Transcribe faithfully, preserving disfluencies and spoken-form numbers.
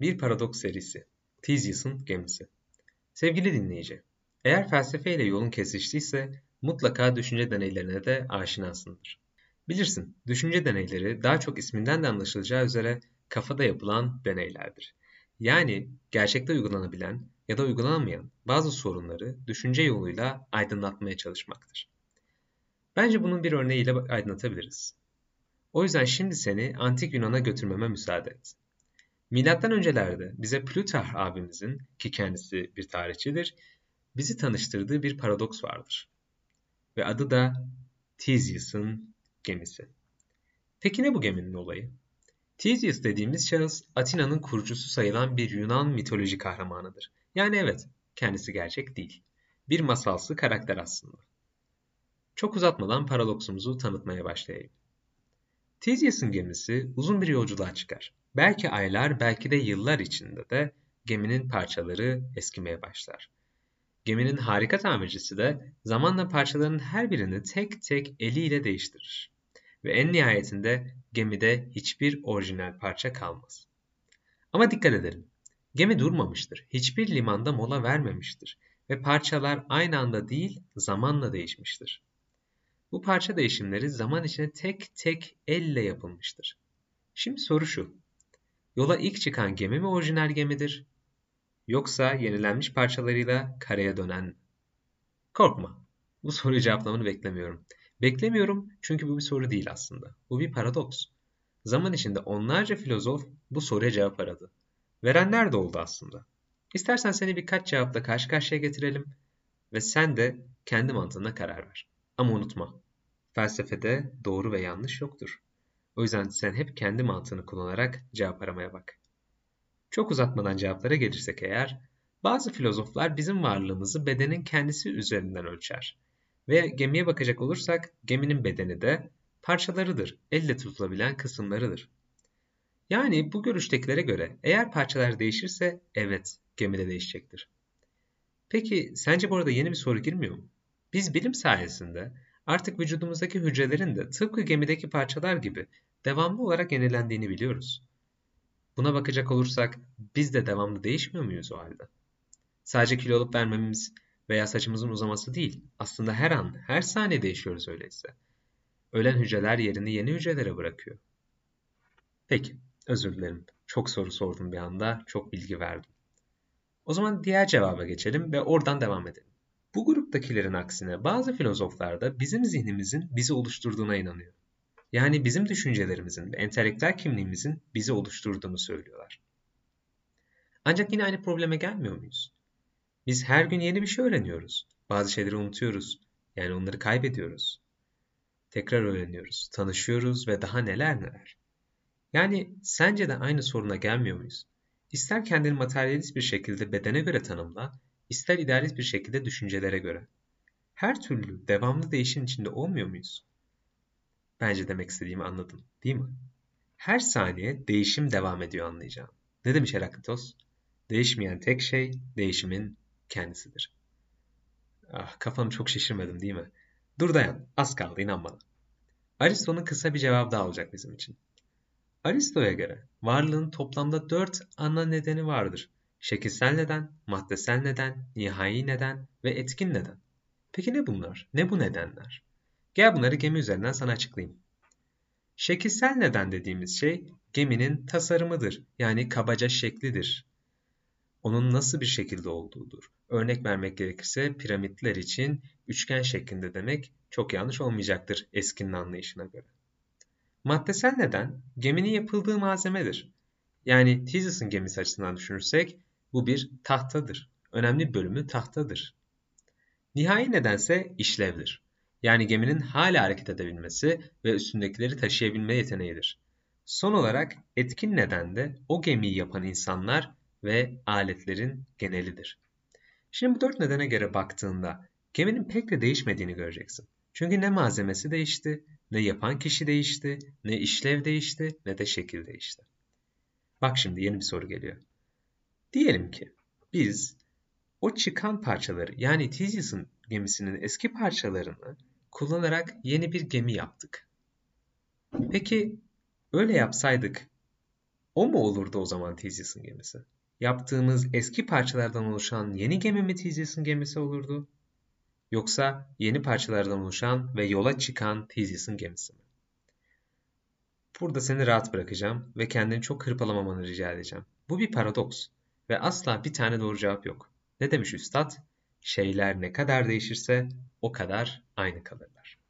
Bir paradoks serisi. Theseus'un gemisi. Sevgili dinleyici, eğer felsefeyle yolun kesiştiyse mutlaka düşünce deneylerine de aşinasındır. Bilirsin, düşünce deneyleri daha çok isminden de anlaşılacağı üzere kafada yapılan deneylerdir. Yani gerçekte uygulanabilen ya da uygulanamayan bazı sorunları düşünce yoluyla aydınlatmaya çalışmaktır. Bence bunun bir örneğiyle aydınlatabiliriz. O yüzden şimdi seni antik Yunan'a götürmeme müsaade et. Milattan öncelerde bize Plütarh abimizin, ki kendisi bir tarihçidir, bizi tanıştırdığı bir paradoks vardır. Ve adı da Theseus'un gemisi. Peki ne bu geminin olayı? Theseus dediğimiz şahıs Atina'nın kurucusu sayılan bir Yunan mitoloji kahramanıdır. Yani evet, kendisi gerçek değil. Bir masalsı karakter aslında. Çok uzatmadan paradoksumuzu tanıtmaya başlayayım. Theseus'un gemisi uzun bir yolculuğa çıkar. Belki aylar, belki de yıllar içinde de geminin parçaları eskimeye başlar. Geminin harika tamircisi de zamanla parçaların her birini tek tek eliyle değiştirir. Ve en nihayetinde gemide hiçbir orijinal parça kalmaz. Ama dikkat edelim. Gemi durmamıştır. Hiçbir limanda mola vermemiştir. Ve parçalar aynı anda değil, zamanla değişmiştir. Bu parça değişimleri zaman içinde tek tek elle yapılmıştır. Şimdi soru şu. Yola ilk çıkan gemi mi orijinal gemidir? Yoksa yenilenmiş parçalarıyla karaya dönen mi? Korkma. Bu soruyu cevaplamanı beklemiyorum. Beklemiyorum çünkü bu bir soru değil aslında. Bu bir paradoks. Zaman içinde onlarca filozof bu soruya cevap aradı. Verenler de oldu aslında. İstersen seni birkaç cevapla karşı karşıya getirelim ve sen de kendi mantığına karar ver. Ama unutma, felsefede doğru ve yanlış yoktur. O yüzden sen hep kendi mantığını kullanarak cevap aramaya bak. Çok uzatmadan cevaplara gelirsek eğer, bazı filozoflar bizim varlığımızı bedenin kendisi üzerinden ölçer. Ve gemiye bakacak olursak, geminin bedeni de parçalarıdır, elle tutulabilen kısımlarıdır. Yani bu görüştekilere göre eğer parçalar değişirse evet, gemi de değişecektir. Peki sence bu arada yeni bir soru girmiyor mu? Biz bilim sayesinde artık vücudumuzdaki hücrelerin de tıpkı gemideki parçalar gibi devamlı olarak yenilendiğini biliyoruz. Buna bakacak olursak biz de devamlı değişmiyor muyuz o halde? Sadece kilo alıp vermemiz veya saçımızın uzaması değil, aslında her an, her saniye değişiyoruz öyleyse. Ölen hücreler yerini yeni hücrelere bırakıyor. Peki, özür dilerim. Çok soru sordum bir anda, çok bilgi verdim. O zaman diğer cevaba geçelim ve oradan devam edelim. Bu gruptakilerin aksine bazı filozoflar da bizim zihnimizin bizi oluşturduğuna inanıyor. Yani bizim düşüncelerimizin ve entelektüel kimliğimizin bizi oluşturduğunu söylüyorlar. Ancak yine aynı probleme gelmiyor muyuz? Biz her gün yeni bir şey öğreniyoruz. Bazı şeyleri unutuyoruz. Yani onları kaybediyoruz. Tekrar öğreniyoruz, tanışıyoruz ve daha neler neler. Yani sence de aynı soruna gelmiyor muyuz? İster kendini materyalist bir şekilde bedene göre tanımla, ister idealist bir şekilde düşüncelere göre. Her türlü devamlı değişim içinde olmuyor muyuz? Bence demek istediğimi anladın, değil mi? Her saniye değişim devam ediyor anlayacağım. Ne demiş Heraklitos? Değişmeyen tek şey değişimin kendisidir. Ah, kafamı çok şişirmedim değil mi? Dur dayan, az kaldı inan bana. Aristo'nun kısa bir cevabı daha olacak bizim için. Aristo'ya göre varlığın toplamda dört ana nedeni vardır. Şekilsel neden, maddesel neden, nihai neden ve etkin neden. Peki ne bunlar? Ne bu nedenler? Gel bunları gemi üzerinden sana açıklayayım. Şekilsel neden dediğimiz şey geminin tasarımıdır. Yani kabaca şeklidir. Onun nasıl bir şekilde olduğudur. Örnek vermek gerekirse piramitler için üçgen şeklinde demek çok yanlış olmayacaktır eskinin anlayışına göre. Maddesel neden geminin yapıldığı malzemedir. Yani Theseus'un gemisi açısından düşünürsek bu bir tahtadır. Önemli bir bölümü tahtadır. Nihai nedense işlevdir. Yani geminin hala hareket edebilmesi ve üstündekileri taşıyabilme yeteneğidir. Son olarak etkin neden de o gemiyi yapan insanlar ve aletlerin genelidir. Şimdi bu dört nedene göre baktığında geminin pek de değişmediğini göreceksin. Çünkü ne malzemesi değişti, ne yapan kişi değişti, ne işlev değişti, ne de şekil değişti. Bak şimdi yeni bir soru geliyor. Diyelim ki biz o çıkan parçaları yani Theseus'un gemisinin eski parçalarını kullanarak yeni bir gemi yaptık. Peki öyle yapsaydık O mu olurdu o zaman Theseus'un gemisi? Yaptığımız eski parçalardan oluşan yeni gemi mi Theseus'un gemisi olurdu? Yoksa yeni parçalardan oluşan ve yola çıkan Theseus'un gemisi mi? Burada seni rahat bırakacağım ve kendini çok hırpalamamanı rica edeceğim. Bu bir paradoks ve asla bir tane doğru cevap yok. Ne demiş üstad? Şeyler ne kadar değişirse o kadar aynı kalırlar.